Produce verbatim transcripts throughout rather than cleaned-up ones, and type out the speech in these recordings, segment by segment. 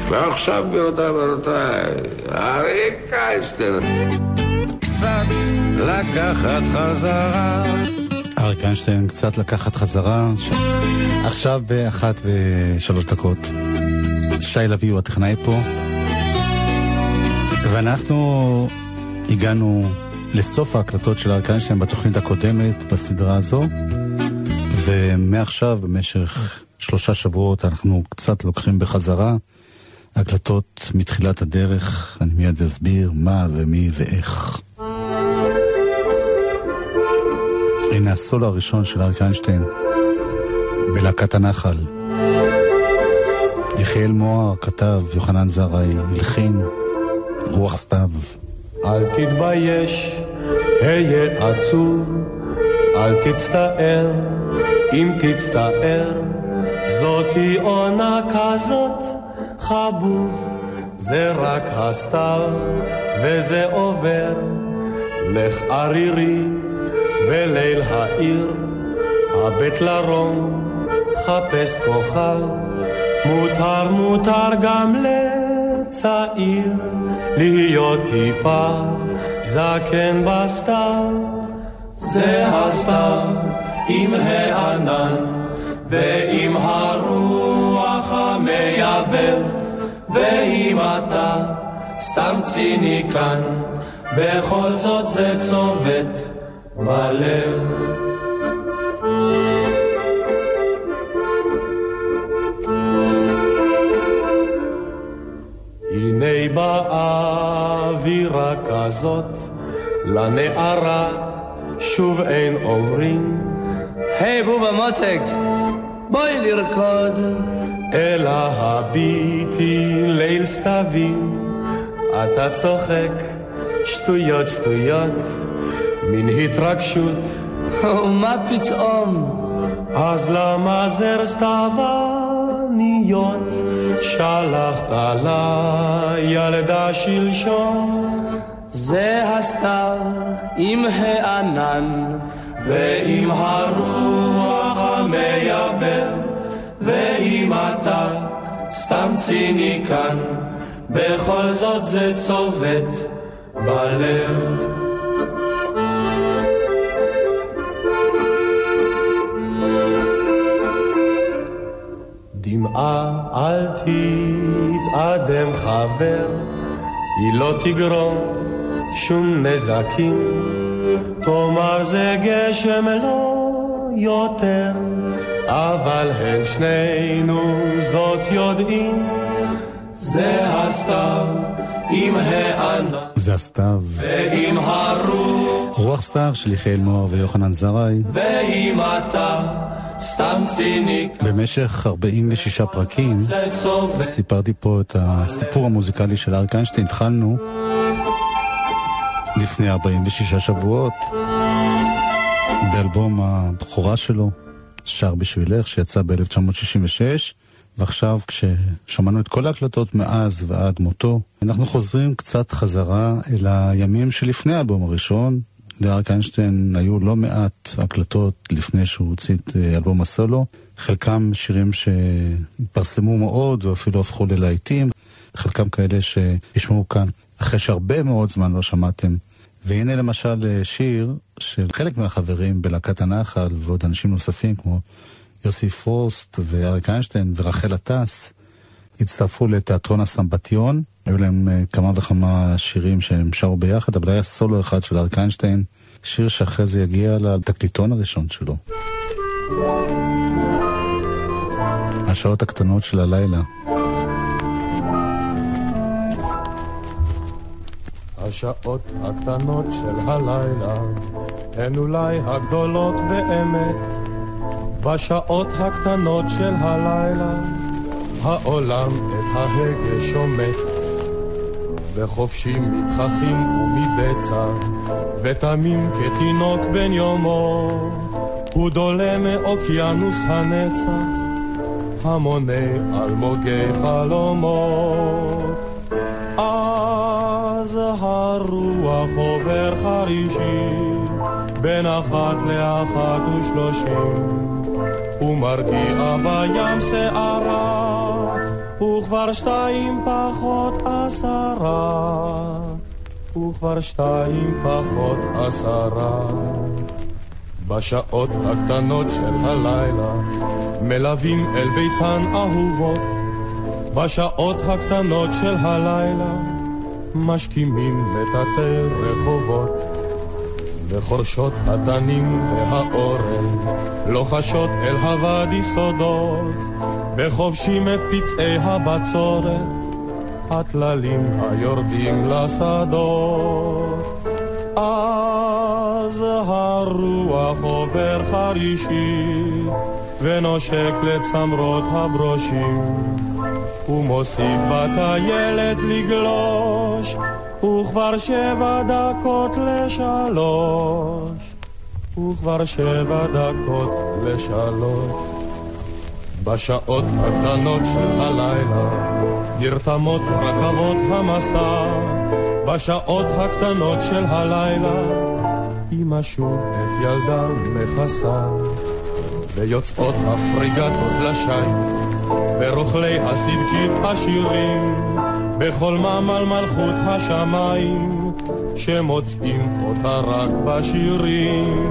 ועכשיו גבירותיי ורבותיי, אריק איינשטיין. קצת לקחת חזרה. אריק איינשטיין, קצת לקחת חזרה. ש... עכשיו באחת ושלוש דקות. שי לוי הוא הטכנאי פה. ואנחנו הגענו לסוף ההקלטות של אריק איינשטיין בתוכנית הקודמת בסדרה הזו. ומעכשיו במשך שלושה שבועות אנחנו קצת לוקחים בחזרה הקלטות מתחילת הדרך. אני מיד אסביר מה ומי ואיך. הנה הסולו הראשון של אריק איינשטיין בלהקת הנחל. יחיאל מוהר כתב, יוחנן זרעי הלחין, רוח סתיו. אל תתבייש, היה עצוב, אל תצטער, אם תצטער, זאת היא עונה כזאת, חבוב, זה רק הסתיו, וזה עובר, לך ערירי, בליל העיר, הבית לרום, חפש כוכב, מותר מותר גם לצעיר, להיות טיפה זקן בסתיו, זה הסתיו עם הענן ועם הרוח המייבב, ואם אתה סתם ציניקן, בכל זאת זה צובט בלב. הנה באווירה כזאת לנערה שוב אין אומרים היי hey, בובה מותק בואי לרקוד, אלא הביטי ליל סתבים, אתה צוחק שטויות שטויות מן התרגשות ומה פתאום, אז למה זר סתיווניות שלחת לילדה שלשום, זה הסתיו עם הענן ועם הרוח המייבב, ואם אתה סתם ציניקן, בכל זאת זה צובט בלב. דמעה אל תתאדם חבר, היא לא תגרום שום נזקים, תאמר זה גשם לא יותר, אבל הן שנינו זאת יודעים, זה הסתיו עם הענן, זה הסתיו ועם הרוח, רוח סתיו של יחיאל מוהר ויוחנן זרעי. ואם אתה סתם ציניק, במשך ארבעים ושישה פרקים סיפרתי פה את הסיפור המוזיקלי של אריק איינשטיין. התחלנו לפני ארבעים ושישה שבועות באלבום הבכורה שלו, שר בשבילך, שיצא ב-אלף תשע מאות שישים ושש, ועכשיו כששמענו את כל ההקלטות מאז ועד מותו, אנחנו חוזרים קצת חזרה אל הימים שלפני האלבום הראשון. לאריק איינשטיין היו לא מעט הקלטות לפני שהוא הוציא את אלבום הסולו, חלקם שירים שהתפרסמו מאוד ואפילו הפכו ללהיטים, חלקם כאלה שישמעו כאן אחרי שהרבה מאוד זמן לא שמעתם. והנה למשל שיר של חלק מהחברים בלהקת הנחל ועוד אנשים נוספים כמו יוסי פרוסט ואריק איינשטיין ורחל עטס, הצטרפו לתיאטרון הסמבטיון. היו להם כמה וכמה שירים שהם שרו ביחד, אבל היה סולו אחד של אריק איינשטיין, שיר שאחרי זה יגיע לתקליטון הראשון שלו, השעות הקטנות של הלילה. השעות הקטנות של הלילה הן אולי הגדולות באמת, בשעות הקטנות של הלילה העולם את ההגה שומט, וחופשים מתחכים ומבצע, ותמים כתינוק בן יומו, הוא דולה מאוקיינוס הנצח, המונה על מוגי חלומות. אז הרוח עובר חרישי, בין אחת לאחת ושלושים, ומרגיע בים שערה, וכבר שתיים פחות עשרה, וכבר שתיים פחות עשרה. בשעות הקטנות של הלילה מלווים אל ביתן אהובות, בשעות הקטנות של הלילה משכימים לטאטא רחובות, וחורשות התנים והאורן לוחשות אל הוואדי סודות, וחובשים את פצעי הבצורת הטללים היורדים לשדות. אז הרוח עובר חרישי ונושק לצמרות הברושים, ומוסיף בטיילת לגלוש, וכבר שבע דקות לשלוש, וכבר שבע דקות לשלוש. בשעות הקטנות של הלילה נרתמות רכבות המסע, בשעות הקטנות של הלילה אמא שוב את ילדה מכסה, ויוצאות הפריגתות לשי ברוכלי הסדקית השירים, בכל ממל מלכות השמיים שמוצאים אותה רק בשירים.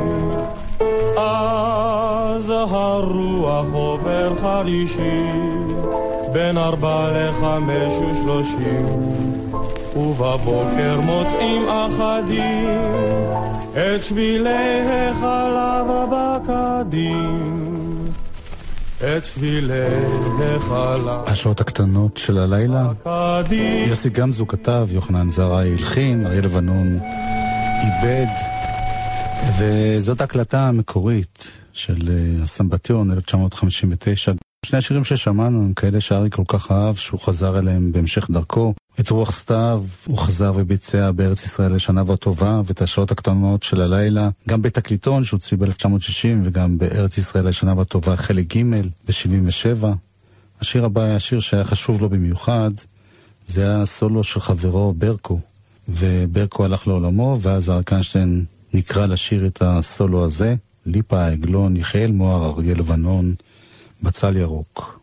אז הרוח עובר חרישי בין ארבע לחמש ושלושים, ובבוקר מוצאים אחדים את שבילי החלב בקדים, את שבילי החלב. השעות הקטנות של הלילה, יוסי גמזו כתב, יוחנן זרעי הלחין, אריה לבנון איבד, וזאת הקלטה המקורית של הסמבטיון אלף תשע מאות חמישים ותשע. שני השירים ששמענו הם כאלה שארי כל כך אהב שהוא חזר אליהם בהמשך דרכו. את רוח סתיו הוא חזר וביצע בארץ ישראל לשנה והטובה, ואת השעות הקטנות של הלילה גם בתקליטון שהוציא ב-אלף תשע מאות שישים, וגם בארץ ישראל לשנה והטובה חלק ג' ב-שבעים ושבע. השיר הבא היה השיר שהיה חשוב לו במיוחד, זה היה הסולו של חברו ברקו, וברקו הלך לעולמו, ואז אריק איינשטיין נקרא לשיר את הסולו הזה, ליפה העגלון, יחיאל מוהר, אריה לבנון, בצל ירוק.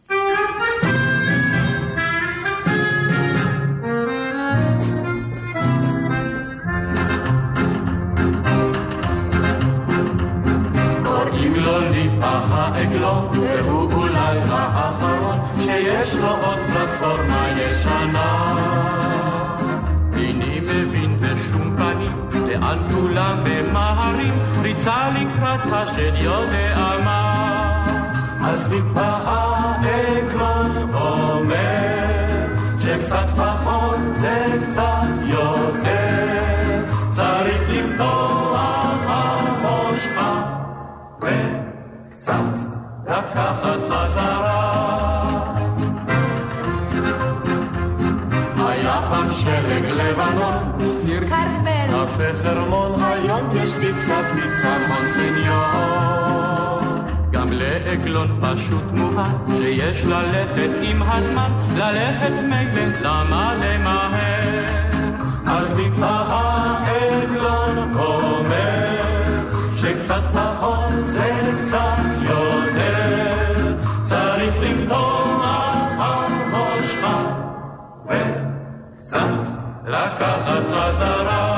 קוראים לו ליפה העגלון, והוא אולי האחרון שיש לו עוד פלטפורמה ישנה. איני מבין בשום פנים לאן כולם ממהרים, ריצה לקראת השד יודע מה. אז ליפה העגלון אומר שקצת פחות זה קצת יותר, צריך למתוח המושכה וקצת לקחת חזרה. היה פעם שלג לבנון, קפה חרמון, היום יש לי קצת מצמון סניור. גם לעגלון פשוט מובן שיש ללכת עם הזמן, ללכת מגלן, למה למהר? אז ליפה העגלון אומר שקצת פחות זה קצת יותר, צריך למתוח המושכה וקצת לקחת חזרה.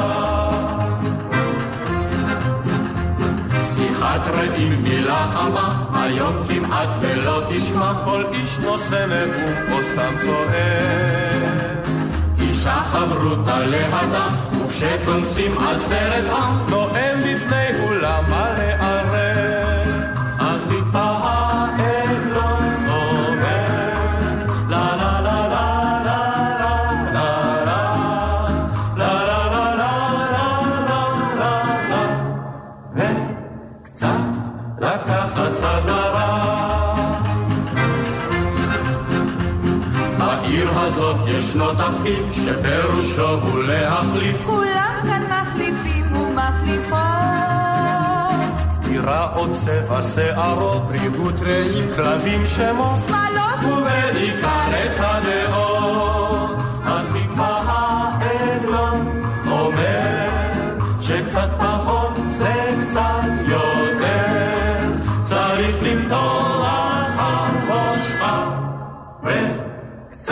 שיחת רעים מילה חמה, היום כמעט ולא תשמע, כל איש נושא נאום או סתם צועק. אישה חברותה להדם, וכשכונסים על סרט עם, נואם בפני כולם מה לערב. אז ליפה העגלון אומר לה לה לה לה לה לה לה לה לה לה לה, וקצת לקחת חזרה. בעיר הזאת ישנו תפקיד שפירושו הוא להחליף, כולם כאן מחליפים ומחליפות, דירה או צבע שערות, ריהוט רעים, כלבים שמות, שמאלות ובעיקר את הדעות. אז ליפה העגלון אומר שקצת פחות זה קצת יותר, צריך למתוח המושכה וקצת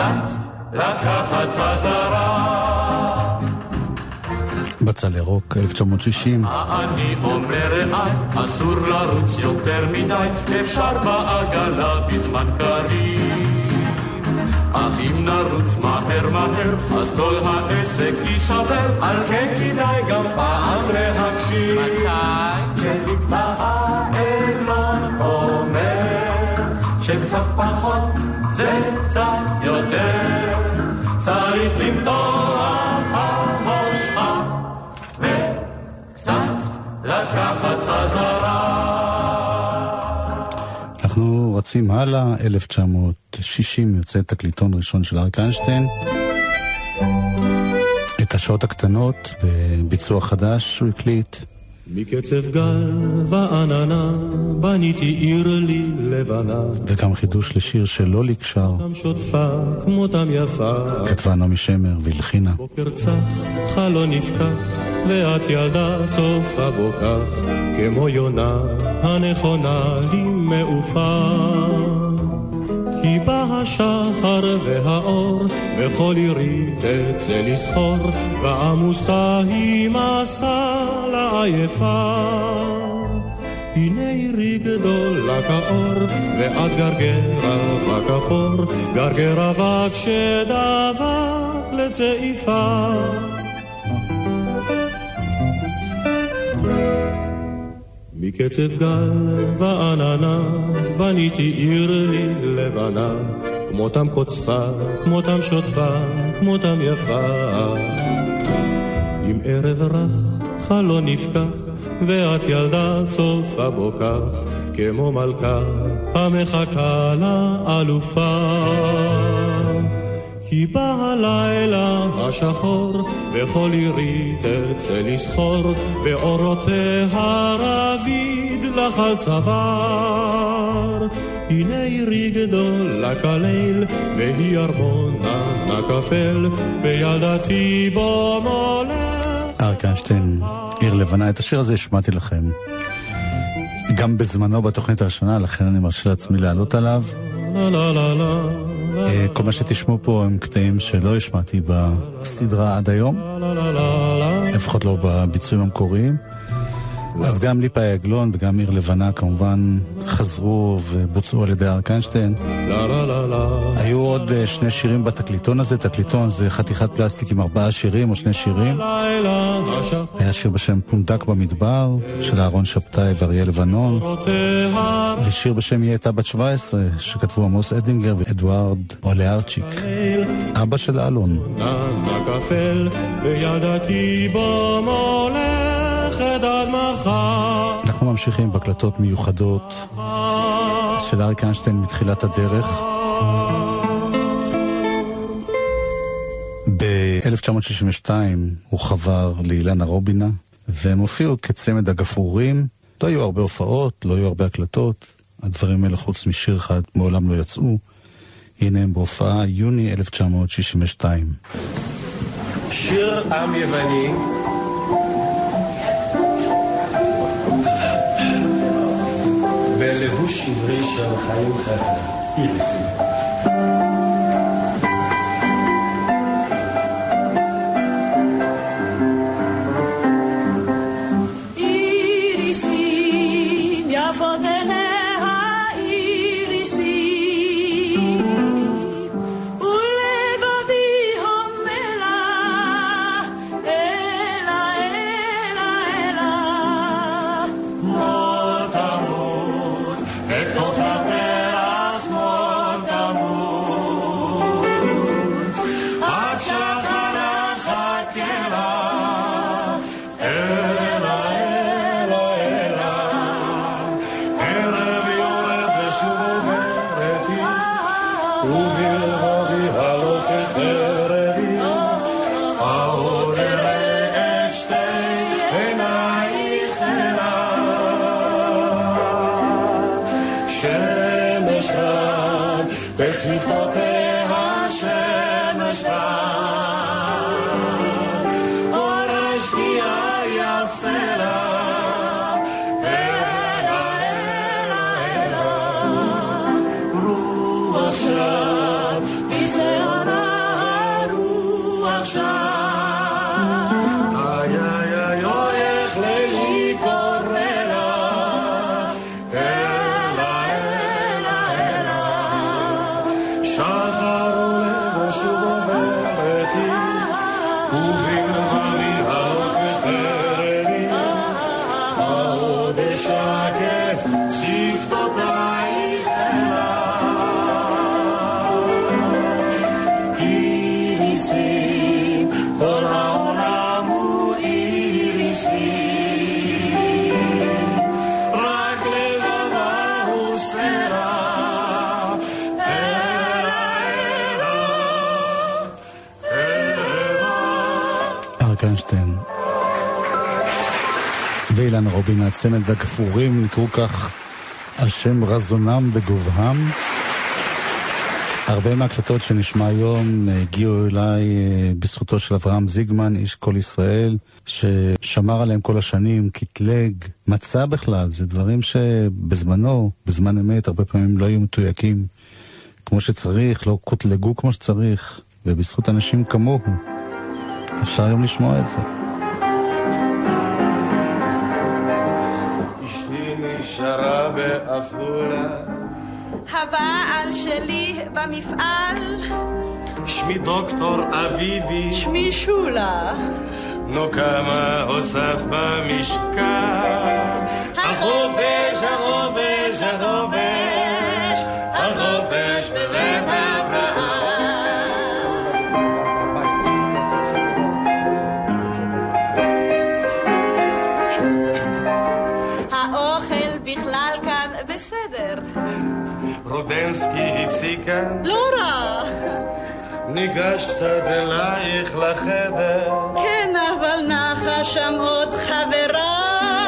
לקחת חזרה. בצל ירוק, אלף תשע מאות שישים. אני אומר אי, אסור לרוץ יותר מדי, אפשר בעגלה בזמן קריב. אך אם נרוץ מהר מהר, אז כל העסק יישבר, על כן כדאי גם פעם להקשיב. מתי? כשנקבע העלון אומר, שקצת פחות זה קצת יותר, צריך למתוח המושכה וקצת לקחת חזרה. אנחנו רצים הלאה, אלף תשע מאות שישים יוצא תקליטון ראשון של אריק איינשטיין, את השעות הקטנות בביצוע חדש שהוא הקליט. מקצב גל ועננה בניתי עיר לי לבנה, וגם חידוש לשיר של לולי קשר, גם שוטפה כמותם יפה, כתבה נעמי שמר והלחינה. בוקר צח חלון נפתח ואת ילדה צופה בו כך, כמו יונה הנכונה לי מעופה, כי בא השחר והאור וכל עירי תצא לסחור, ועמוסה היא מסע לעייפה. הנה עירי גדולה כאור ואת גרגר אבק אפור, גרגר אבק שדבק לצעיפה. מקצב גל ועננה בניתי עיר לי לבנה, כמותם קוצפה, כמותם שוטפה, כמותם יפה. עם ערב רך חלון נפקח ואת ילדה צופה בו כך, כמו מלכה המחכה לאלופה. כי בא הלילה השחור וכל עירי תצא לסחור, ואורותיה רביד לך על צוואר. הנה עירי גדולה כליל והיא ארמון ענק אפל, וילדתי בו מולך. אריק איינשטיין, עיר לבנה. את השיר הזה השמעתי לכם גם בזמנו בתוכנית הראשונה, לכן אני מרשה לעצמי לעלות עליו. לה לה לה לה. כל מה שתשמעו פה הם קטעים שלא השמעתי בסדרה עד היום, לפחות לא בביצועים המקוריים. אז גם ליפה יגלון וגם עיר לבנה כמובן חזרו ובוצעו על ידי אריק איינשטיין. היו עוד שני שירים בתקליטון הזה. תקליטון זה חתיכת פלסטיק עם ארבעה שירים או שני שירים. היה שיר בשם פונדק במדבר של אהרון שבתאי ואריה לבנון, ושיר בשם היא הייתה בת שבע עשרה שכתבו עמוס אדינגר ואדוארד אולארצ'יק, אבא של אלון. וידעתי בו מולכת עד מחר. אנחנו ממשיכים בהקלטות מיוחדות של אריק איינשטיין מתחילת הדרך. ב-אלף תשע מאות שישים ושתיים הוא חבר לאילנה רובינה, והם הופיעו כצמד הגפרורים. לא היו הרבה הופעות, לא היו הרבה הקלטות. הדברים האלה חוץ משיר אחד מעולם לא יצאו. הנה הם בהופעה יוני אלף תשע מאות שישים ושתיים. שיר עם יווני בלבוש עברי של חיים חיים איריסי. עכשיו, בשערה הרוח ואילן רובין, הצמד והגפורים נקראו כך על שם רזונם וגובהם. הרבה מהקלטות שנשמע היום הגיעו אליי בזכותו של אברהם זיגמן, איש כל ישראל, ששמר עליהם כל השנים, קטלג, מצא בכלל. זה דברים שבזמנו, בזמן אמת, הרבה פעמים לא היו מתויקים כמו שצריך, לא קוטלגו כמו שצריך, ובזכות אנשים כמוהו אפשר היום לשמוע את זה. אשתי נשארה באפולה, הבעל שלי במפעל, שמי דוקטור אביבי, שמי שולה, נו כמה הוסף במשקל, החופש, החופש, החופש, החופש בבית אברהם. האוכל בכלל כאן בסדר, רודנסקי הציג כאן, לא רע. ניגש קצת אלייך לחדר, כן, אבל נחה שם עוד חברה.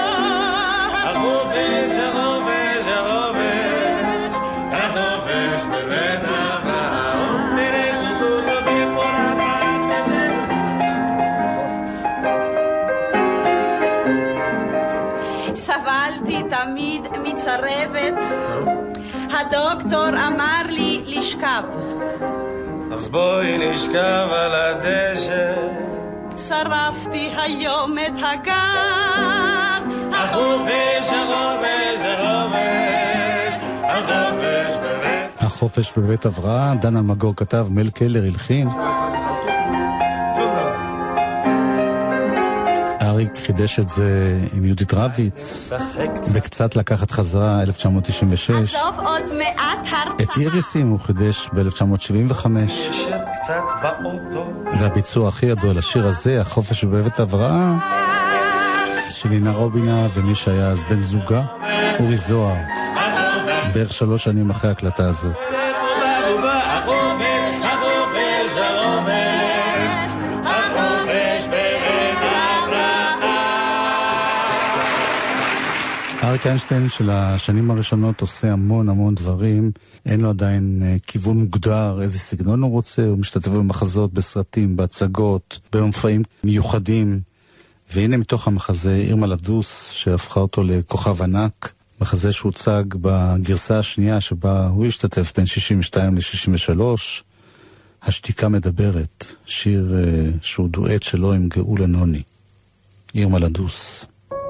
החופש, החופש, החופש, החופש בבית אברהם. סבלתי תמיד מצרבת, הדוקטור אמר לי לשכב, אז בואי נשכב על הדשא, שרפתי היום את הגב. החופש, החופש, החופש, החופש בבית. החופש בבית אברהם, דן אלמגור כתב, מל קלר הלחין. אריק חידש את זה עם יהודית רביץ, וקצת לקחת חזרה אלף תשע מאות תשעים ושש. בסוף עוד מעט הרצאה. את איריסים הוא חידש ב-אלף תשע מאות שבעים וחמש. יושב קצת באוטו, והביצוע הכי ידוע לשיר הזה, החופש בבית אברהם, של לינה רובינה ומי שהיה אז בן זוגה, אורי זוהר, בערך שלוש שנים אחרי ההקלטה הזאת. אריק איינשטיין של השנים הראשונות עושה המון המון דברים, אין לו עדיין כיוון מוגדר, איזה סגנון הוא רוצה, הוא משתתף במחזות, בסרטים, בהצגות, במופעים מיוחדים, והנה מתוך המחזה ירמה לדוס שהפכה אותו לכוכב ענק, מחזה שהוצג בגרסה השנייה שבה הוא השתתף בין שישים ושתיים ל-שישים ושלוש, השתיקה מדברת, שיר uh, שהוא דואט שלו עם גאולה נוני. ירמה לדוס.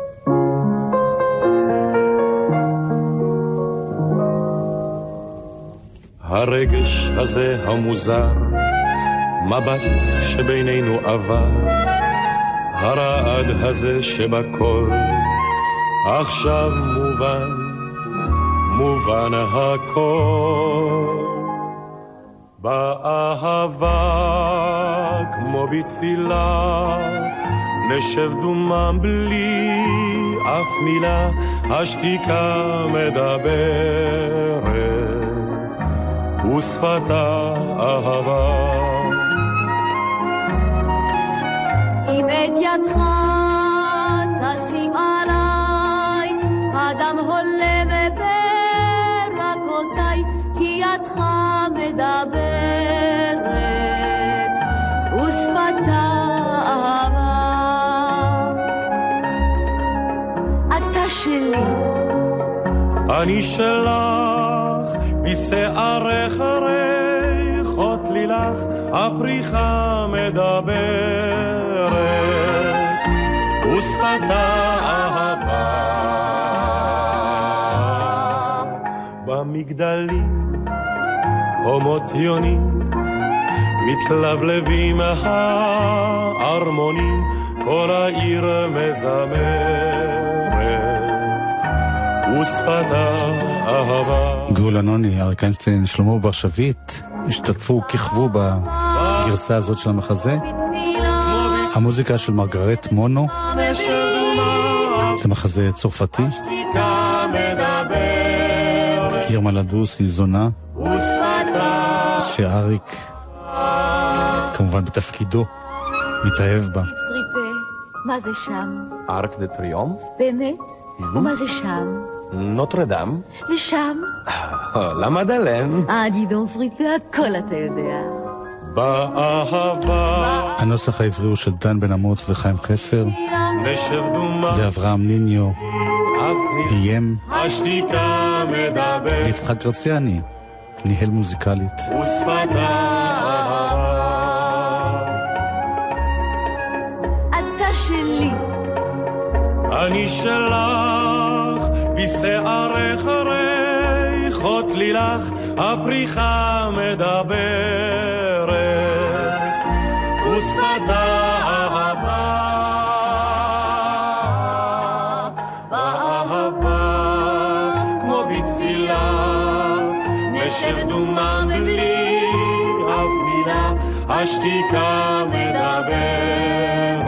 הרגש הזה המוזר, מבט שבינינו עבר, הרעד הזה שבכל, עכשיו מובן, מובן הכל. באהבה כמו בתפילה, נשב דומם בלי אף מילה, השתיקה מדברת ושפתה אהבה. אם את ידך תשים עליי, אדם הולם ברכותיי, כי ידך מדברת ושפתה אהבה. אתה שלי, אני שלך, בשערך ריחות לילך, הפריחה מדברת ושפתה אהבה. במגדלים הומוטיונים מתלבלבים הארמונים, כל העיר מזמרת ושפתה אהבה. גאולה נוני, אריק איינשטיין, שלמה ברשבית השתתפו, כיכבו בגרסה הזאת של המחזה. המוזיקה של מרגרט מונו, זה מחזה צרפתי. ירמה לדוס היא זונה, שאריק כמובן בתפקידו מתאהב בה. מה זה שם? ארק דה טריומף? באמת? ומה זה שם? נוטרדם? ושם? למדלן. אה, דידון פריפה, הכל אתה יודע. באהבה. הנוסח העברי הוא של דן בן אמוץ וחיים חפר, ואברהם ניניו ביים, השתיקה מדבר ויצחק גרציאני ניהל מוזיקלית. ושפתה אתה שלי, אני שלך, בשערך ריחות לילך, הפריחה מדברת, ושפתה אהבה, באהבה, כמו בתפילה, נשב דומם בלי אף מילה, השתיקה מדברת,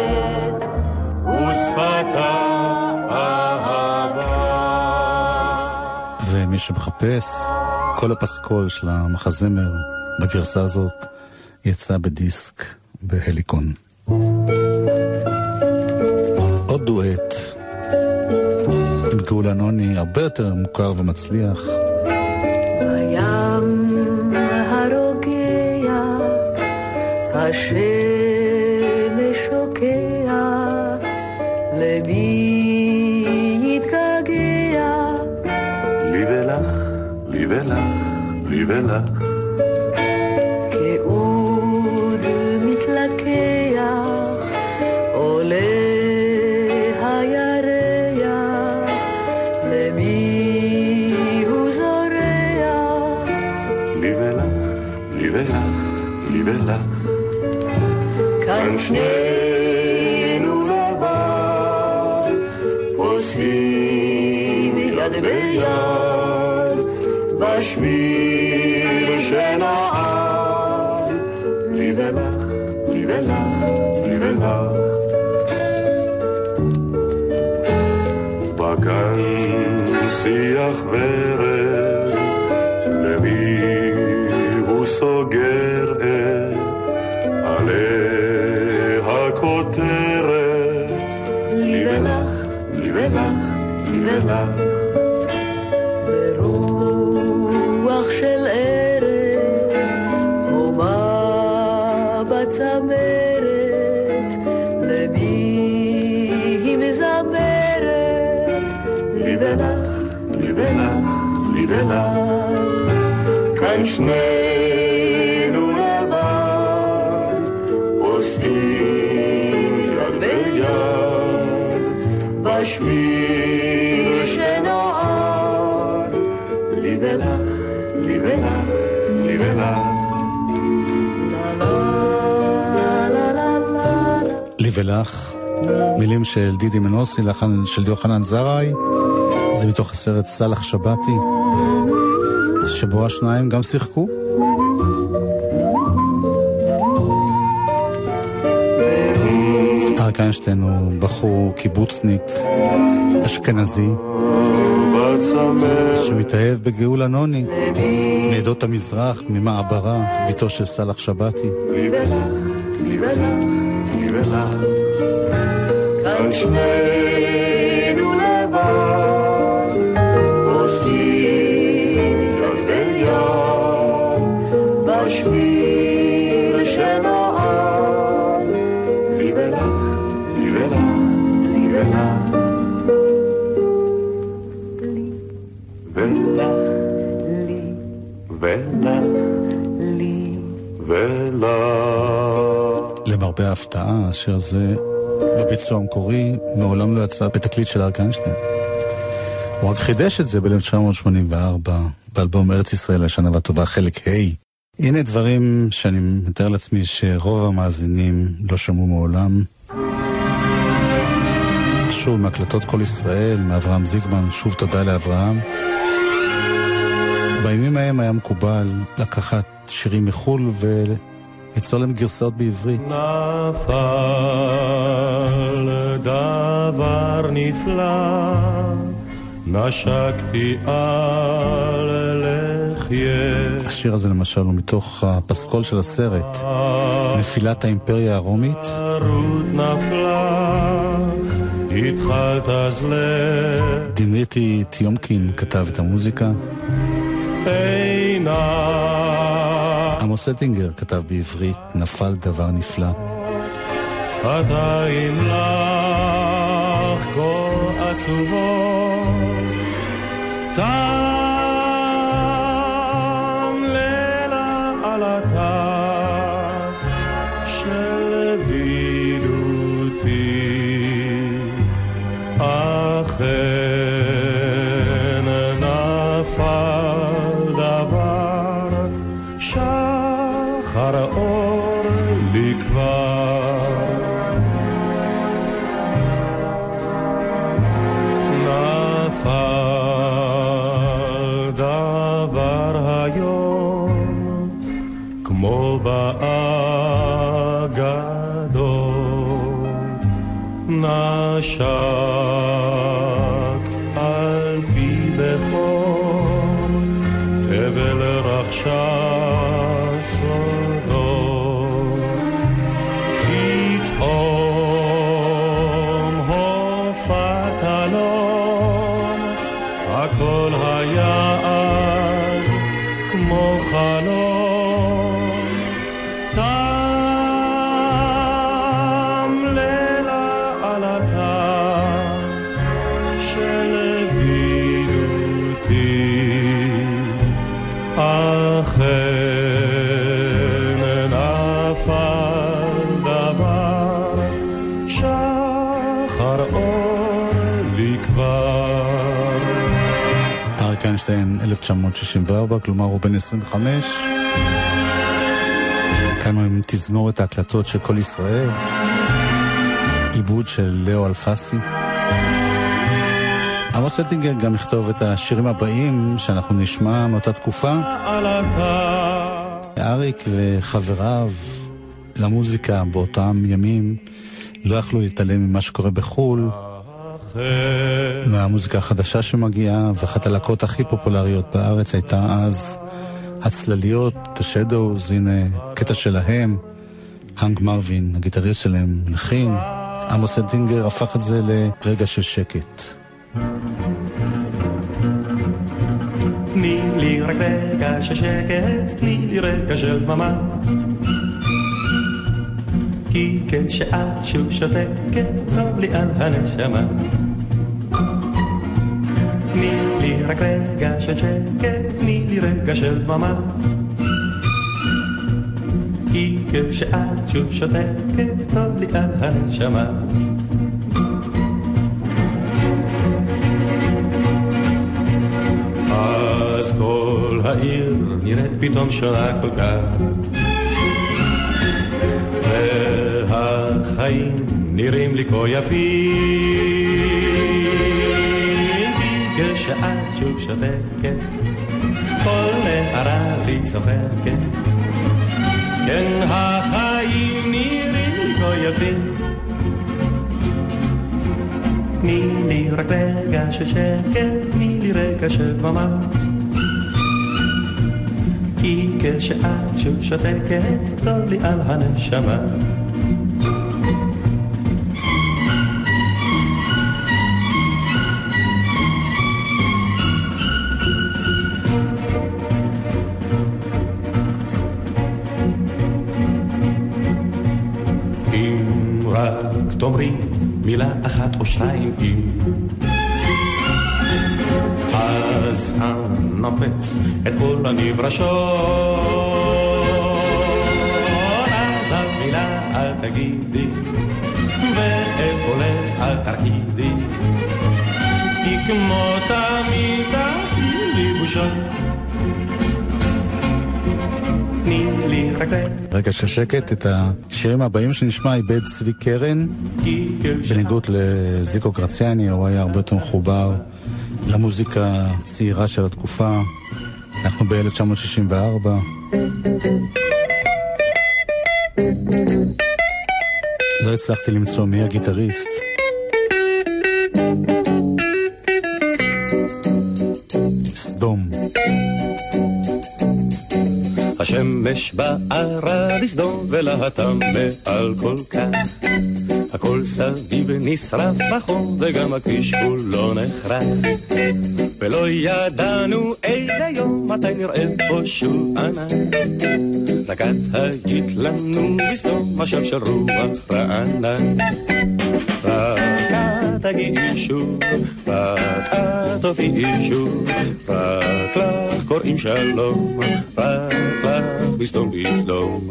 ושפתה אהבה. ומי שמחפש, כל הפסקול של המחזמר בגרסה הזאת יצא בדיסק בהליקון. עוד דואט עם גאולה נוני, הרבה יותר מוכר ומצליח. הים הרוגע, השמש שוקע, למי יתגעגע? לי ולך, לי ולך, לי ולך. כאוד מתלקח, עולה הירח, למי הוא זורח? לי ולך, לי ולך, לי ולך. כאן שנינו לבד, פוסעים יד ביד, בשביל שנעל. לי ולך, לי ולך, לי ולך. בגן שיח ורד, למי הוא סוגר את עלי הכותרת. לי ולך, לי ולך, לי ולך. ברוח של ערב, הומה בצמרת, למי היא מזמרת? לי ולך, לי ולך, לי ולך. כאן שנינו לבד, עושים יד ביד, בשביל שנועד. לי ולך, לי ולך, לי ולך. לי ולך, מילים של דידי מנוסי, לחן של יוחנן זרעי. זה מתוך הסרט סלח שבתי, שבו השניים גם שיחקו. אריק איינשטיין הוא בחור קיבוצניק אשכנזי שמתאהב בגאולה נוני מעדות המזרח, ממעברה, ביתו של סלח שבתי. לי ולך, לי ולך, לי ולך. כאן שנינו לבד, עושים יד ביד, בשביל שנועד. לי ולך, לי ולך, לי ולך. לי ולך, לי ולך, לי ולך. למרבה ההפתעה, השיר זה בביצוע המקורי מעולם לא יצא בתקליט של אריק איינשטיין. הוא רק חידש את זה ב-אלף תשע מאות שמונים וארבע באלבום ארץ ישראל השנה והטובה חלק ה'. הנה דברים שאני מתאר לעצמי שרוב המאזינים לא שמעו מעולם. שוב מהקלטות כל ישראל, מאברהם זיגמן, שוב תודה לאברהם. בימים ההם היה מקובל לקחת שירים מחול וליצור להם גרסאות בעברית. נפל דבר נפלא, נשקתי על לחיה. השיר הזה למשל הוא מתוך הפסקול של הסרט נפילת האימפריה הרומית. רות נפלה התחלת אז ל... דימיטרי טיומקין כתב את המוזיקה. עינה עמוס אטינגר כתב בעברית נפל דבר נפלא. שפתיים לך כה עצובות תם לילה עלתה של בידותי אכן נפל דבר שחר אור לי כבר נפל דבר היום כמו באגדות נשק על פי בחור תבל רחשה סודות פתאום הופעת אלון הכל היה אז כמו חלום תם לילה עלתה של בידותי אכן נפל דבר שחר אור לי כבר. אריק איינשטיין אלף תשע מאות שישים וארבע, כלומר הוא בן עשרים וחמש. כאן הוא עם תזמורת ההקלטות של כל ישראל, עיבוד של לאו אלפסי. עמוס אטינגר גם יכתוב את השירים הבאים שאנחנו נשמע מאותה תקופה. אריק וחבריו למוזיקה באותם ימים לא יכלו להתעלם ממה שקורה בחול, מהמוזיקה החדשה שמגיעה, ואחת הלהקות הכי פופולריות בארץ הייתה אז הצלליות, The Shadows. הנה קטע שלהם, הנק מרווין, הגיטריסט שלהם, לחין. עמוס אטינגר הפך את זה לרגע של שקט. תני לי רק רגע של שקט, תני לי רגע של דממה, כי כשאת שוב שותקת טוב לי על הנשמה. תני לי רק רגע של שקט, תני לי רגע של דממה, כי כשאת שוב שותקת טוב לי על הנשמה. אז כל העיר נראית פתאום שונה כל כך, והחיים נראים לי כה יפים, כי כשאת שוב שותקת כל נערה לי צוחקת. כן, החיים נראים לי כה יפים. תני לי רק רגע של שקט, תני לי רגע של דממה, כי כשאת שוב שותקת טוב לי על הנשמה. אם רק תאמרי מילה אחת או שתיים, אם אז הנפץ את כל הנברשות, אז המילה אל תגידי ואת הולך אל תרקידי, כי כמו תמיד תעשי לי בושות. תני לי רק רגע של שקט. את השירים הבאים שנשמע איבד צבי קרן, בניגוד לזיקו גרציאני, הוא היה הרבה יותר מחובר למוזיקה הצעירה של התקופה. אנחנו ב-אלף תשע מאות שישים וארבע. לא הצלחתי למצוא מי הגיטריסט. סדום. השמש בערה לסדום ולהתם מעל כל כך, הכל סביב נשרף בחום וגם הכביש כולו נחרף ולא ידענו איזה יום מתי נראה פה שוב ענן נגעת היית לנו בסדום משב של רוח רענן רק את תגיעי שוב רק את תופיעי שוב רק לך קוראים שלום רק לך בסדום בסדום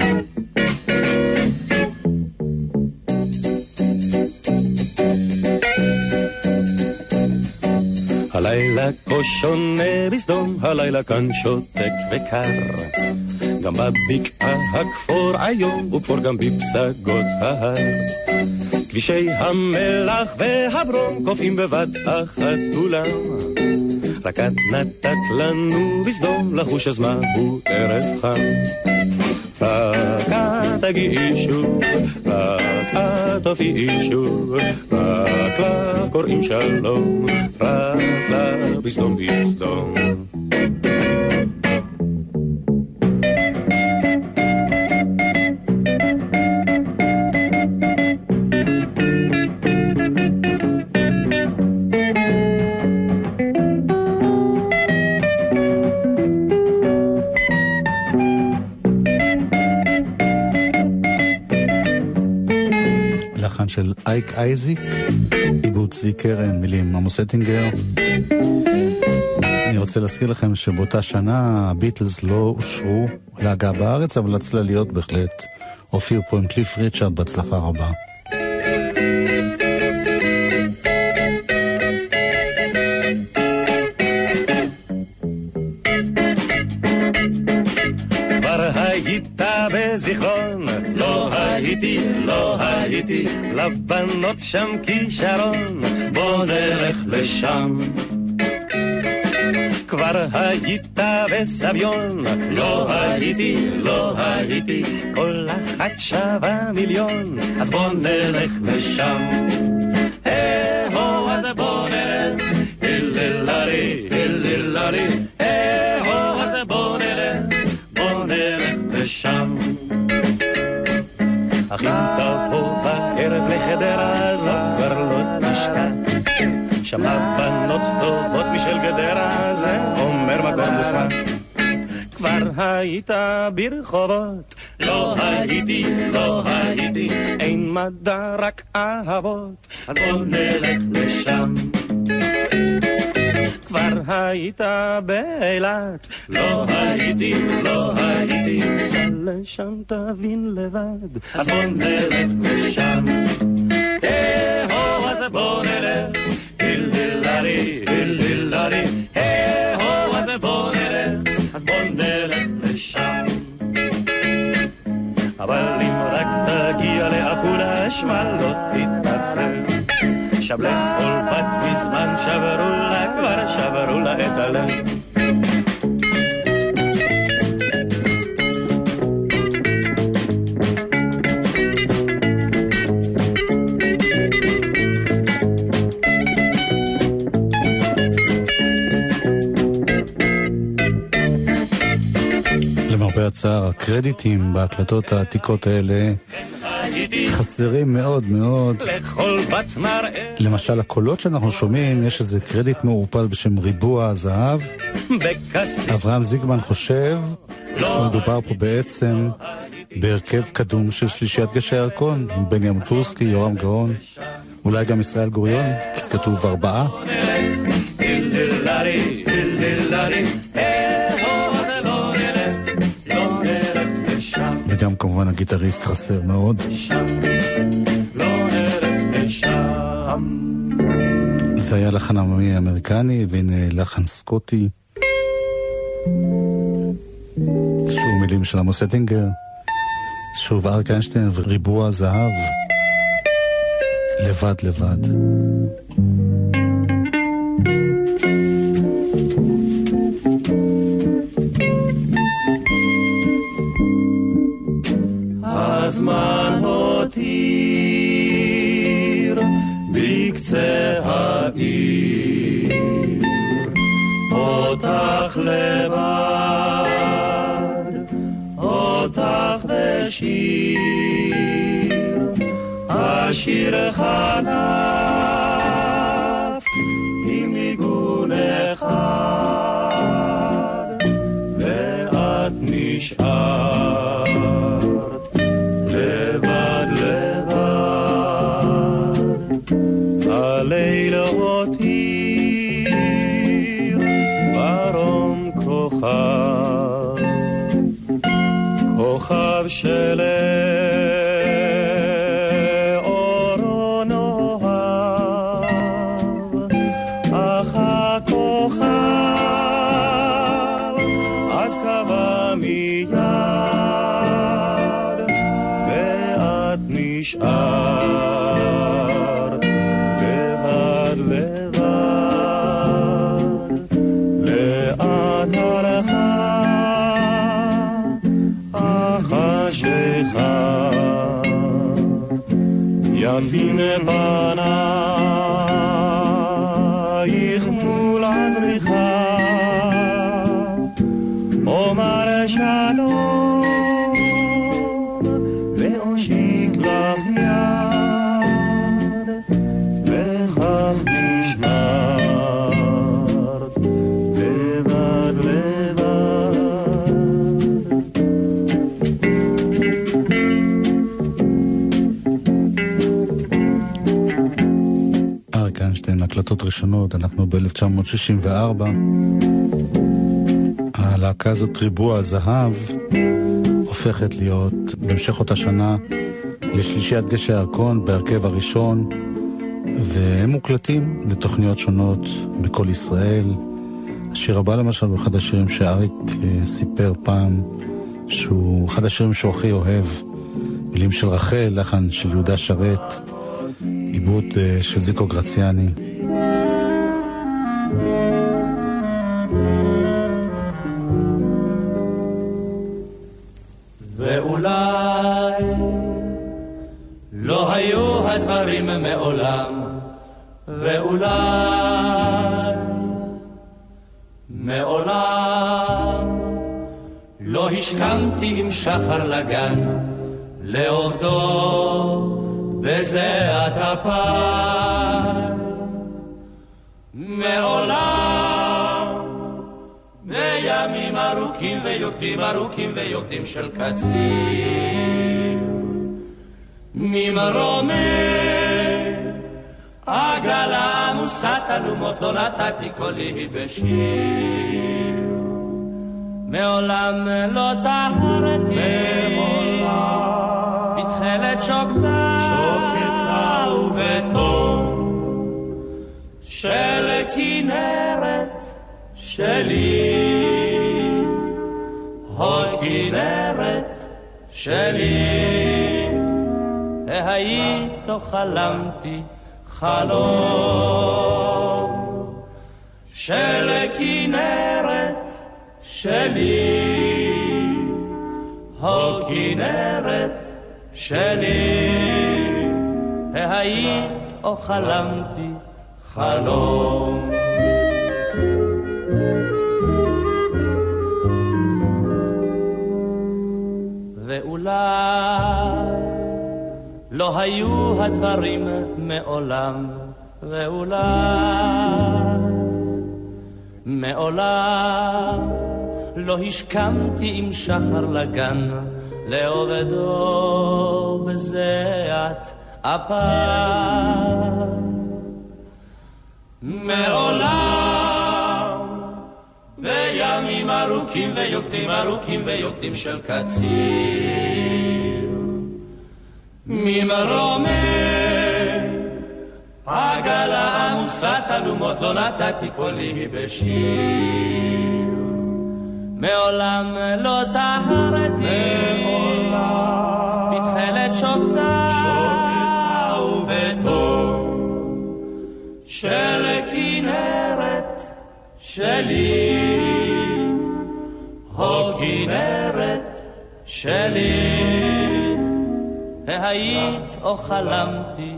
הלילה כה שונה בסדום, הלילה כאן שותק וקר גם בבקעה הכפור היום וכפור גם בפסגות ההר כבישי המלח והברום קופאים בבת אחת כולם רק את נתת לנו בסדום לחוש אז מהו ערב חם רק את תגיעי שוב רק את תופיעי שוב רק לך קוראים שלום רק לך בסדום בסדום של אייק אייזיק, עיבוד צבי קרן, מילים עמוס אטינגר. אני רוצה להזכיר לכם שבאותה שנה הביטלס לא אושרו להגעה בארץ, אבל הצלליות בהחלט הופיעו פה עם קליף ריצ'רד בהצלחה רבה. היית בזיכרון לא הייתי, לא הייתי לבנות שם כישרון בוא נלך לשם כבר היית בסביון לא הייתי, לא הייתי כל אחת שווה מיליון אז בוא נלך לשם אה-הו אז בוא נלך היללרי, היללרי אה-הו אז בוא נלך בוא נלך לשם אך אם תבוא בערב לחדרה זאת כבר לא תשכח שם הבנות טובות משל גדרה זה אומר מקום מוסמך כבר היית ברחובות לא הייתי, לא הייתי אין מדע רק אהבות אז בוא נלך לשם כבר היית באילת לא הייתי, לא הייתי סע לשם תבין לבד אז בוא נלך לשם אה-הו אז בוא נלך היללרי, היללרי אה-הו אז בוא נלך אז בוא נלך לשם אבל אם רק תגיע לעפולה שמע לא תתנצל שם לכל בת מזמן שברו לה כבר שברו לה את הלב למרבה הצער הקרדיטים בהקלטות העתיקות האלה חסרים מאוד מאוד. למשל הקולות שאנחנו שומעים יש איזה קרדיט מעורפל בשם ריבוע הזהב. אברהם זיגמן חושב שמדובר פה בעצם בהרכב קדום של שלישיית גשי הירקון עם בנימין טורסקי, יורם גאון, אולי גם ישראל גוריון כי כתוב ארבעה וגם כמובן הגיטריסט חסר מאוד. זה היה לחן עממי אמריקני והנה לחן סקוטי שוב מילים של עמוס אטינגר שוב אריק איינשטיין וריבוע זהב לבד לבד הזמן הותיר בקצה העיר אותך לבד אותך בשיר השיר חטף עם ניגון אחד, ואת נשארת לבד לבד. הליל הותיר ברום כוכב, כוכב של אורו נוהב, אך הכוכב אז קבע מיד, ואת נשארת לבד לבד. לאט הלכה החשיכה, יפים בנייך מול הזריחה, אומר שלום ואושיט לך יד, וכך נשארת לבד לבד. אריק איינשטיין, הקלטות ראשונות, אנחנו ב-אלף תשע מאות שישים וארבע. הלהקה הזאת, ריבוע הזהב, הופכת להיות בהמשך אותה שנה לשלישיית גשר הירקון בהרכב הראשון, והם מוקלטים לתוכניות שונות בכל ישראל. השיר הבא למשל הוא אחד השירים שאריק סיפר פעם שהוא אחד השירים שהוא הכי אוהב, מילים של רחל, לחן של יהודה שרת, עיבוד של זיקו גרציאני. ואולי לא היו הדברים מעולם, ואולי מעולם לא השכמתי עם שחר לגן, לעובדו בזיעת אפיים. מעולם בימים ארוכים ויוקדים ארוכים ויוקדים של קציר, ממרומי עגלה עמוסת אלומות לא נתתי קולי בשיר. מעולם לא טהרתי בתכלת שוקתה שוקתה ובתום של כנרת שלי, הכנרת שלי. היית חלמתי חלום של כנרת שלי, הכנרת שלי. היית או חלמתי חלום. ואולי לא היו הדברים מעולם, ואולי מעולם לא השכמתי עם שחר לגן, לעובדו בזיעת אפיים. מעולם בימים ארוכים ויוקדים ארוכים ויוקדים של קציר, ממרומי עגלה עמוסת אלומות לא נתתי קולי בשיר. מעולם לא טהרתי בתכלת שוקתה שוקתה ובתום של כנרת שלי, הכנרת שלי. היית או חלמתי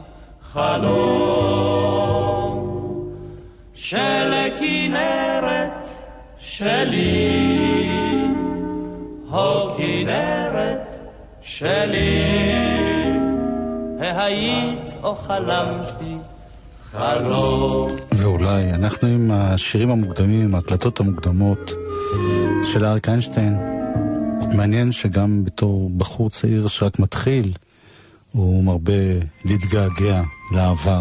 חלום של כנרת שלי, הכנרת שלי. והיית או חלמתי חלום. ואולי אנחנו עם השירים המוקדמים, עם ההקלטות המוקדמות של אריק איינשטיין. מעניין שגם בתור בחור צעיר שרק מתחיל, הוא מרבה להתגעגע לעבר.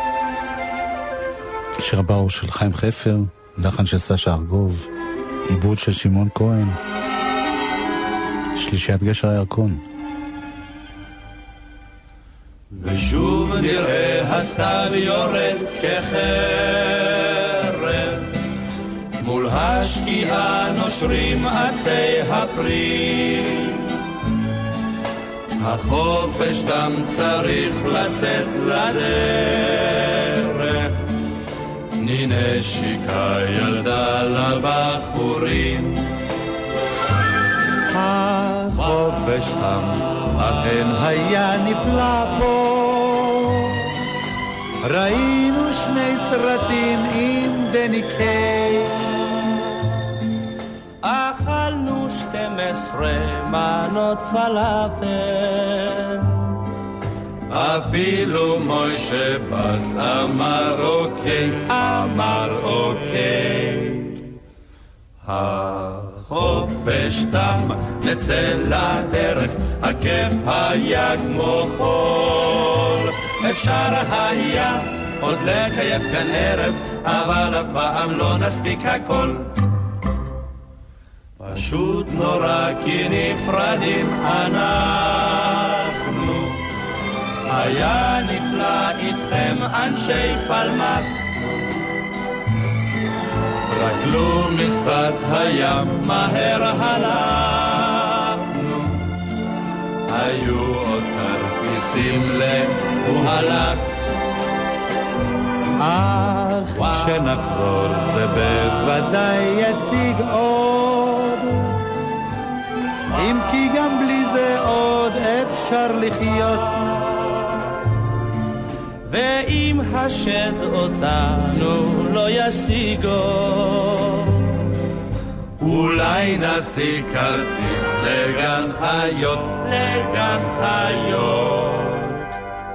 שיר הבא הוא של חיים חפר, לחן של סשה ארגוב, עיבוד של שמעון כהן, שלישיית גשר הירקון. ושוב נראה הסתיו יורד כחרב, מול השקיעה נושרים עצי הפרי. החופש דם צריך לצאת לדרך, תני נשיקה ילדה לבחורים. החופש חם, אכן היה נפלא פה, ראינו שני סרטים עם דני קיי, אכלנו שתים עשרה מנות פלאפל, אפילו מוישה בס אמר אוקיי, אמר אוקיי. החופש תם, נצא לדרך, הכיף היה כמו חול. אפשר היה עוד לקייף כאן ערב, אבל אף פעם לא נספיק הכל. פשוט נורא כי נפרדים אנחנו, היה נפלא איתכם אנשי פלמח. רגלו משפת הים, מהר הלכנו, היו עוד כרטיסים הוא הלך. אך כשנחזור זה בוודאי יציג עוד, אם כי גם בלי זה עוד אפשר לחיות. ואם השד אותנו לא ישיגו, אולי נשיג כרטיס לגן חיות, לגן חיות.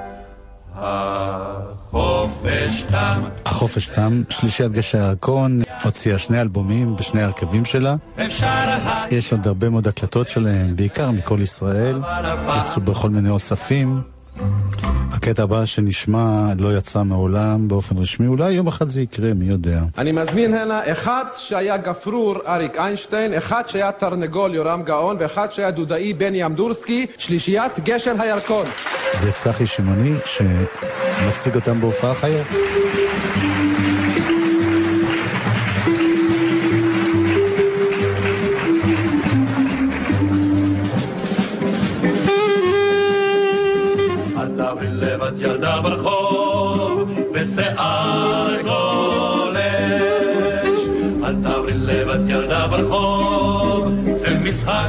החופש תם, החופש תם, שלישיית גשר הירקון הוציאה שני אלבומים בשני הרכבים שלה. יש עוד הרבה מאוד הקלטות שלהם, בעיקר מכל ישראל, יצאו בכל מיני אוספים. הקטע הבא שנשמע לא יצא מעולם באופן רשמי, אולי יום אחד זה יקרה, מי יודע. אני מזמין הנה אחד שהיה גפרור אריק איינשטיין, אחד שהיה תרנגול יורם גאון, ואחד שהיה דודאי בני אמדורסקי, שלישיית גשר הירקון. זה צחי שמעוני שמציג אותם בהופעה חיה. לבד ילדה ברחוב בשיער גולש, אל תעברי לבד ילדה ברחוב, זה משחק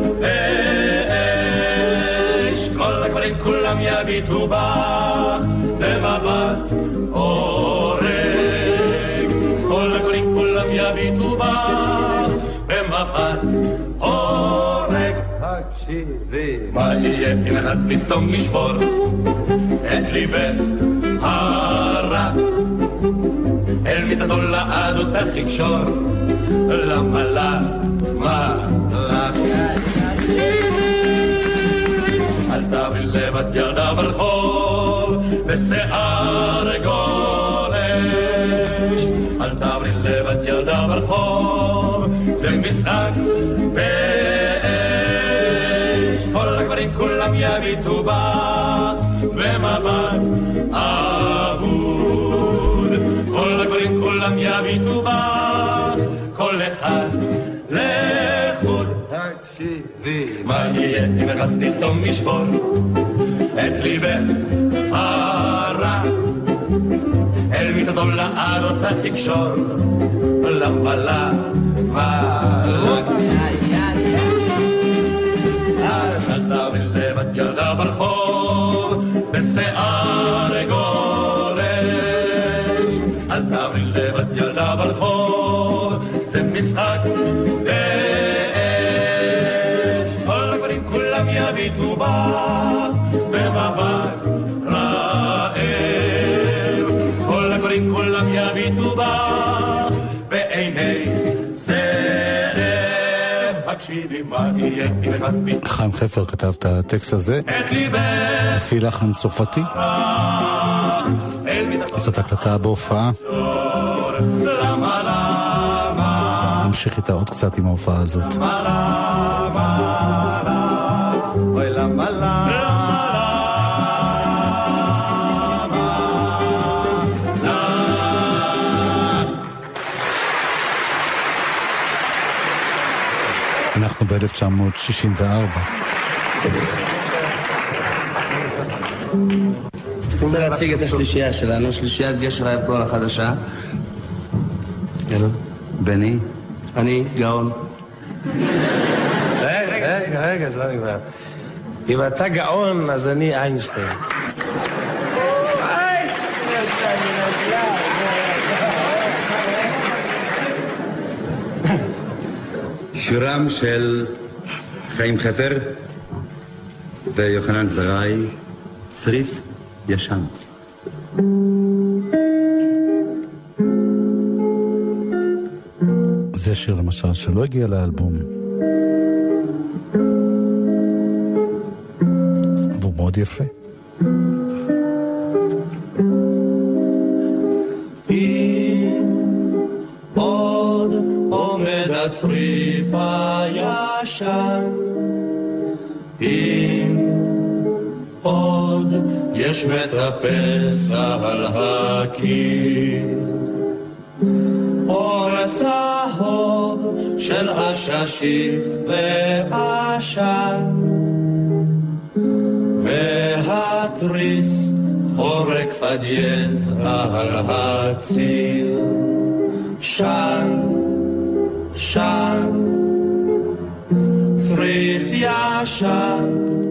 אש. כל הגברים כולם יביטו בך במבט הורג, כל הגברים כולם יביטו בך במבט הורג. תקשיבי, מה יהיה אם אחד פתאום משבור את ליבך הרע, אל מיטתו לעד אותך יקשור, למה לה, מה לה? אל תעברי לבד ילדה ברחוב בשיער גולש, אל תעברי לבד ילדה ברחוב, זה משחק באש. כל הגברים כולם יביטו בך במבט אבוד, כל הגברים כולם יביטו בך, כל אחד לחוד. תקשיבי, מה יהיה אם אחד פתאום ישבור את ליבך הרע, אל מיטתו לעד אותך יקשור, למה לה, מה לה? אז אל תעברי לבד ילדה ברחוב בשיער גולש, אל תעברי לבד ילדה ברחוב, זה משחק באש. כל הגברים כולם יביטו בך במבט הקשיבי מה יהיה אם אחד בי חיים חפר כתב את הטקסט הזה לפי לחן צרפתי. זאת הקלטה בהופעה, נמשיך איתה עוד קצת עם ההופעה הזאת. אוי למה למה אנחנו ב-אלף תשע מאות שישים וארבע. רוצה להציג את השלישייה שלנו, שלישיית גשר הירקון החדשה. בני? אני, גאון. רגע, רגע, רגע, זה אני אומר. אם אתה גאון, אז אני איינשטיין. שירם של חיים חפר ויוחנן זרעי, צריף ישן. זה שיר למשל שלא הגיע לאלבום, והוא מאוד יפה. עוד עומד הצריף הישן, אם עוד יש מטפס על הקיר, אור צהוב של עששית ועשן, והתריס חורק פדיאז על הציר, שן, שן, צריף ישן,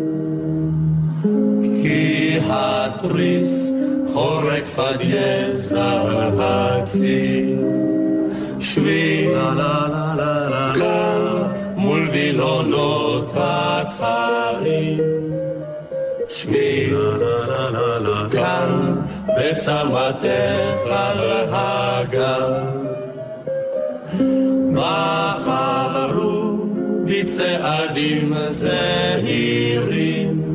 כי התריס חורק פדיאז על הציר, שבי כאן מול וילונות התפרים, שבי כאן בצמתך על הגן, בחרו בצעדים זהירים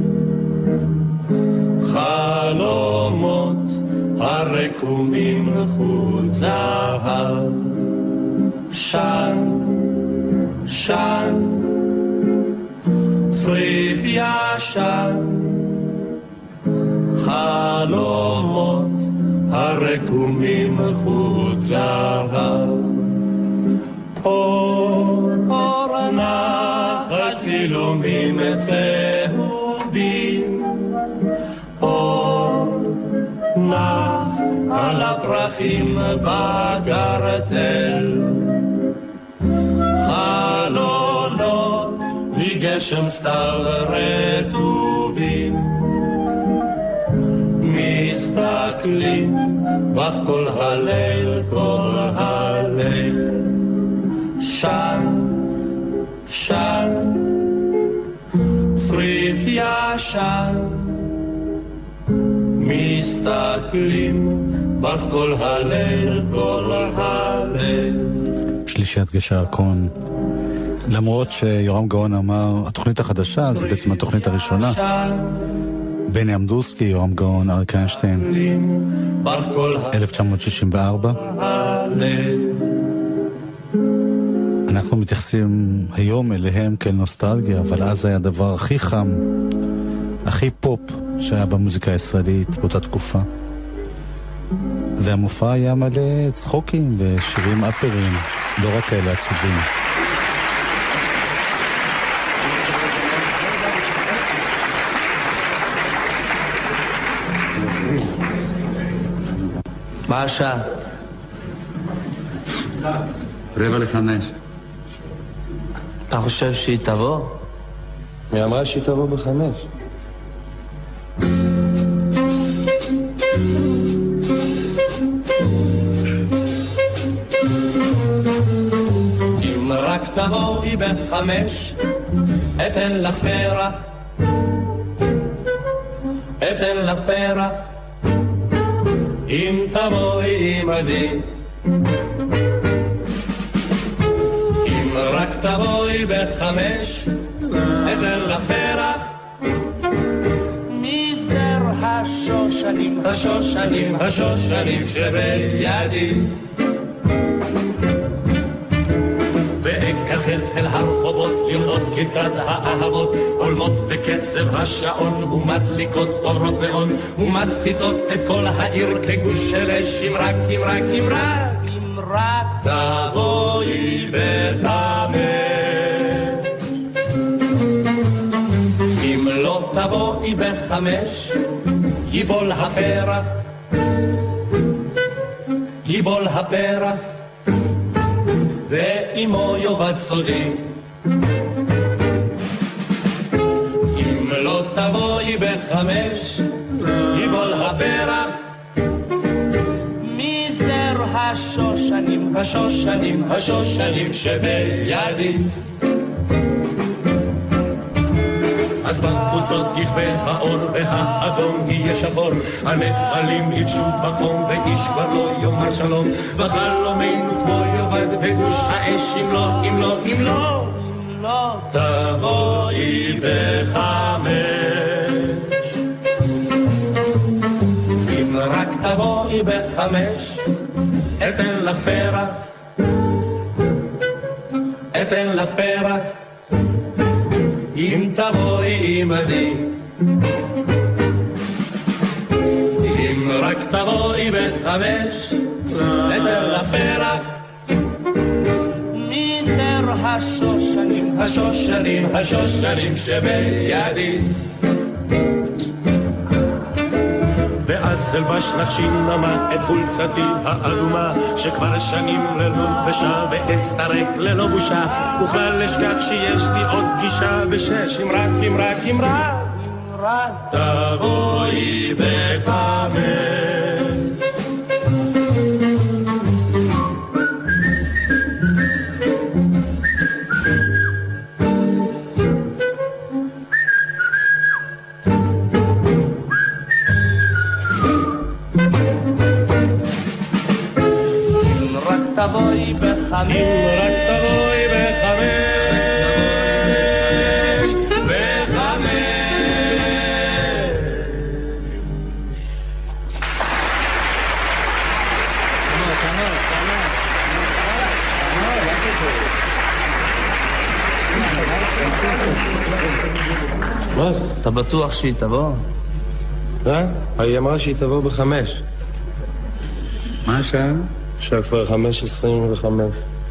חלומות הרקומים חוט זהב, שן, שן, צריף ישן, חלומות הרקומים חוט זהב, אור, אור נחת צילומים צהובים, אור נח על הפרחים בגרטל, חלונות מגשם סתיו רטובים, מסתכלים בך כל הליל, כל הליל, שן, שן, צריף ישן, מסתכלים בך כל הליל, כל הליל. שלישיית גשר הירקון, למרות שיורם גאון אמר התוכנית החדשה, זה בעצם התוכנית הראשונה. בני אמדורסקי, יורם גאון, אריק איינשטיין, אלף תשע מאות שישים וארבע. אנחנו מתייחסים היום אליהם כאל נוסטלגיה, אבל אז היה הדבר הכי חם, הכי פופ שהיה במוזיקה הישראלית באותה תקופה. והמופע היה מלא צחוקים ושירים אפרים, לא רק כאלה עצובים. מה השעה? רבע לחמש. אתה חושב שהיא תבוא? היא אמרה שהיא תבוא בחמש. אם רק תבואי בחמש, אתן לך פרח, אתן לך פרח, אם תבואי עמדי. אם רק תבואי בחמש, אתן לך פרח מזר השושנים, השושנים, השושנים שבידי. ואקחך אל הרחובות לראות כיצד האהבות עולמות בקצב השעון ומדליקות אורות ואון ומציתות את כל העיר כגוש של אש. אם רק, אם רק, אם רק, אם רק תבואי בחמש. אם לא תבואי בחמש ייבול הפרח, ייבול הפרח ואימו יאבד סודי. אם לא תבואי בחמש ייבול הפרח מזר השושנים, השושנים, השושנים שבידי. אז בחוצות יכבה האור והאדום יהיה שחור, הנחלים יבשו בחום ואיש כבר לא יאמר שלום, וחלומנו כמו יאבד בגוש האש. אם לא, אם לא, אם לא, אם לא תבואי בחמש. אם רק תבואי בחמש אתן לך פרח, אתן לך פרח אם תבואי עמדי. אם רק תבואי בחמש אתן לך פרח מזר השושנים, השושנים, השושנים שבידי. ואז אלבש נפשי נמה את חולצתי האדומה שכבר שנים ללא פשע, ואסתרק ללא בושה וכלל אשכח שיש לי עוד פגישה בשש. אם רק, אם רק, אם רק, אם רק תבואי בחמש. תבואי בחמש, אם רק תבואי בחמש, בחמש. מה? אתה בטוח שהיא תבוא? אה? היא אמרה שהיא תבוא בחמש. מה השעה? עכשיו כבר חמש עשרים וחמש.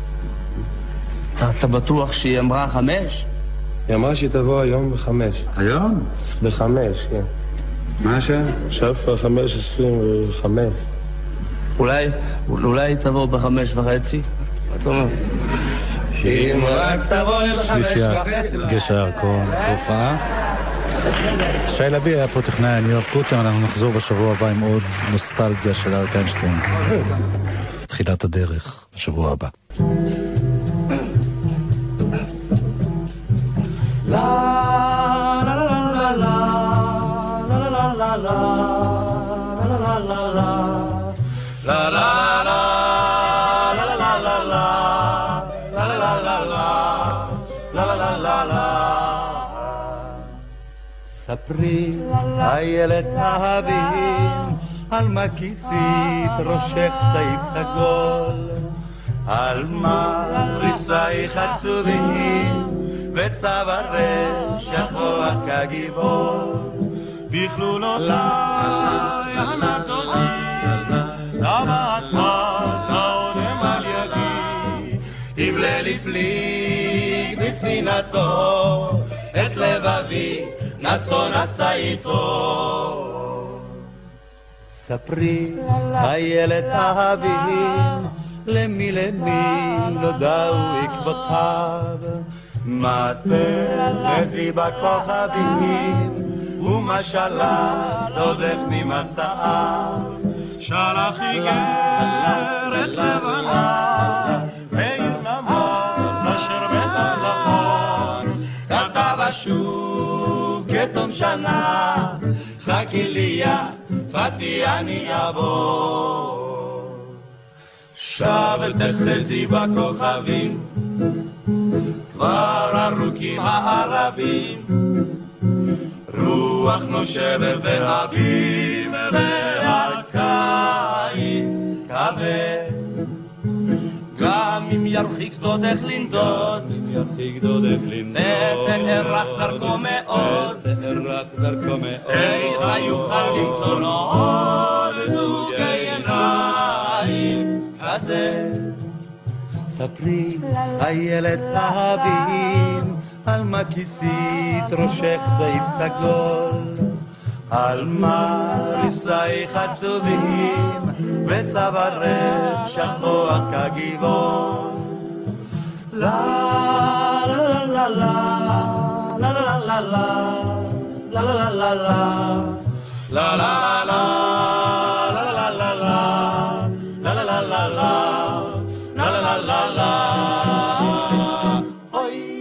אתה בטוח שהיא אמרה חמש? היא אמרה שהיא תבוא היום בחמש. היום? בחמש, כן. מה השעה? עכשיו כבר חמש עשרים וחמש. אולי, אולי היא תבוא בחמש וחצי? אתה אומר? אם רק תבוא בחמש וחצי. גשר ירקון, הופעה. שי לוי היה פה טכנאי, אני אוהב קוטר, אנחנו נחזור בשבוע הבא עם עוד נוסטלגיה של אריק איינשטיין. תחילת הדרך, בשבוע הבא. ספרי, הילד אהבים, על מה כיסית ראשך צעיף סגול, על מה ריסייך עצובים, וצווארך שחור כגיבור, בכלולותיי הנדוני, טבעתך סעודם על ידי, אם ליל הפליג בספינתו, את לבבי נסו נסע איתו. ספרי, הילד אהבים, למי למי לא דאו עקבותיו, מה תחזי בכוכבים, ומה שלח דודך ממסעיו, שלח איגרת לבנה, בעיר נמל אשר בחצפון, כתב אשוב כתום שנה, חכי לי יפתי אני אבוא. שב אל תחזי בכוכבים, בשווקים הערבים, רוח נושבת באביב והקיץ כבד. גם אם ירחיק דודך לנדוד, ותארך דרכו מאוד, איך יוכל למצוא לו עוד זוג עיניים כזה. ספרי איילת להבים, על מה כיסית ראשך זעיף סגול, על מה ריסייך עצובים וצווארך שחור כגבעול. לה לה לה לה לה לה לה לה לה לה לה לה לה לה לה לה לה לה. La la la la, oy